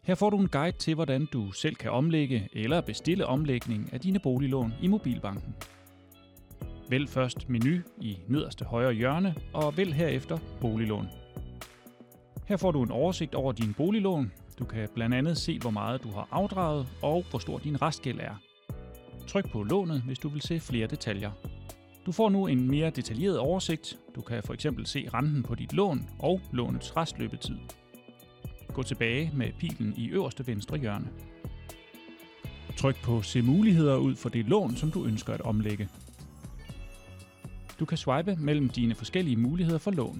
Her får du en guide til, hvordan du selv kan omlægge eller bestille omlægning af dine boliglån i mobilbanken. Vælg først menu i nederste højre hjørne og vælg herefter boliglån. Her får du en oversigt over dine boliglån. Du kan blandt andet se, hvor meget du har afdraget og hvor stor din restgæld er. Tryk på lånet, hvis du vil se flere detaljer. Du får nu en mere detaljeret oversigt. Du kan f.eks. se renten på dit lån og lånets restløbetid. Gå tilbage med pilen i øverste venstre hjørne. Tryk på Se muligheder ud for det lån, som du ønsker at omlægge. Du kan swipe mellem dine forskellige muligheder for lån.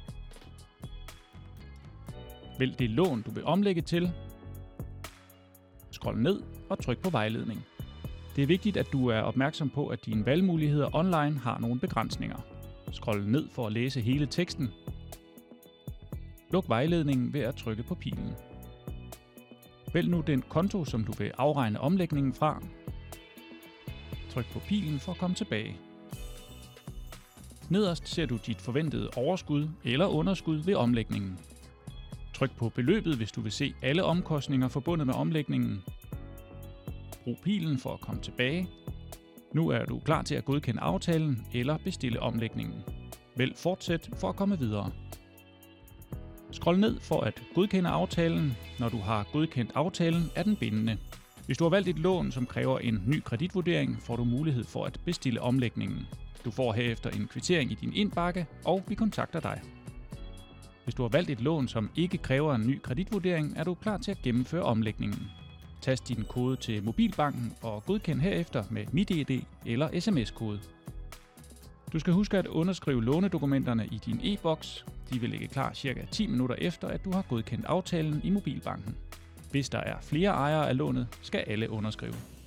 Vælg det lån, du vil omlægge til. Scroll ned og tryk på vejledning. Det er vigtigt, at du er opmærksom på, at dine valgmuligheder online har nogle begrænsninger. Scroll ned for at læse hele teksten. Luk vejledningen ved at trykke på pilen. Vælg nu den konto, som du vil afregne omlægningen fra. Tryk på pilen for at komme tilbage. Nederst ser du dit forventede overskud eller underskud ved omlægningen. Tryk på beløbet, hvis du vil se alle omkostninger forbundet med omlægningen. Brug pilen for at komme tilbage. Nu er du klar til at godkende aftalen eller bestille omlægningen. Vælg Fortsæt for at komme videre. Scroll ned for at godkende aftalen. Når du har godkendt aftalen, er den bindende. Hvis du har valgt et lån, som kræver en ny kreditvurdering, får du mulighed for at bestille omlægningen. Du får herefter en kvittering i din indbakke, og vi kontakter dig. Hvis du har valgt et lån, som ikke kræver en ny kreditvurdering, er du klar til at gennemføre omlægningen. Tast din kode til mobilbanken og godkend herefter med MitID eller sms-kode. Du skal huske at underskrive lånedokumenterne i din e-boks. De vil ligge klar ca. 10 minutter efter, at du har godkendt aftalen i mobilbanken. Hvis der er flere ejere af lånet, skal alle underskrive.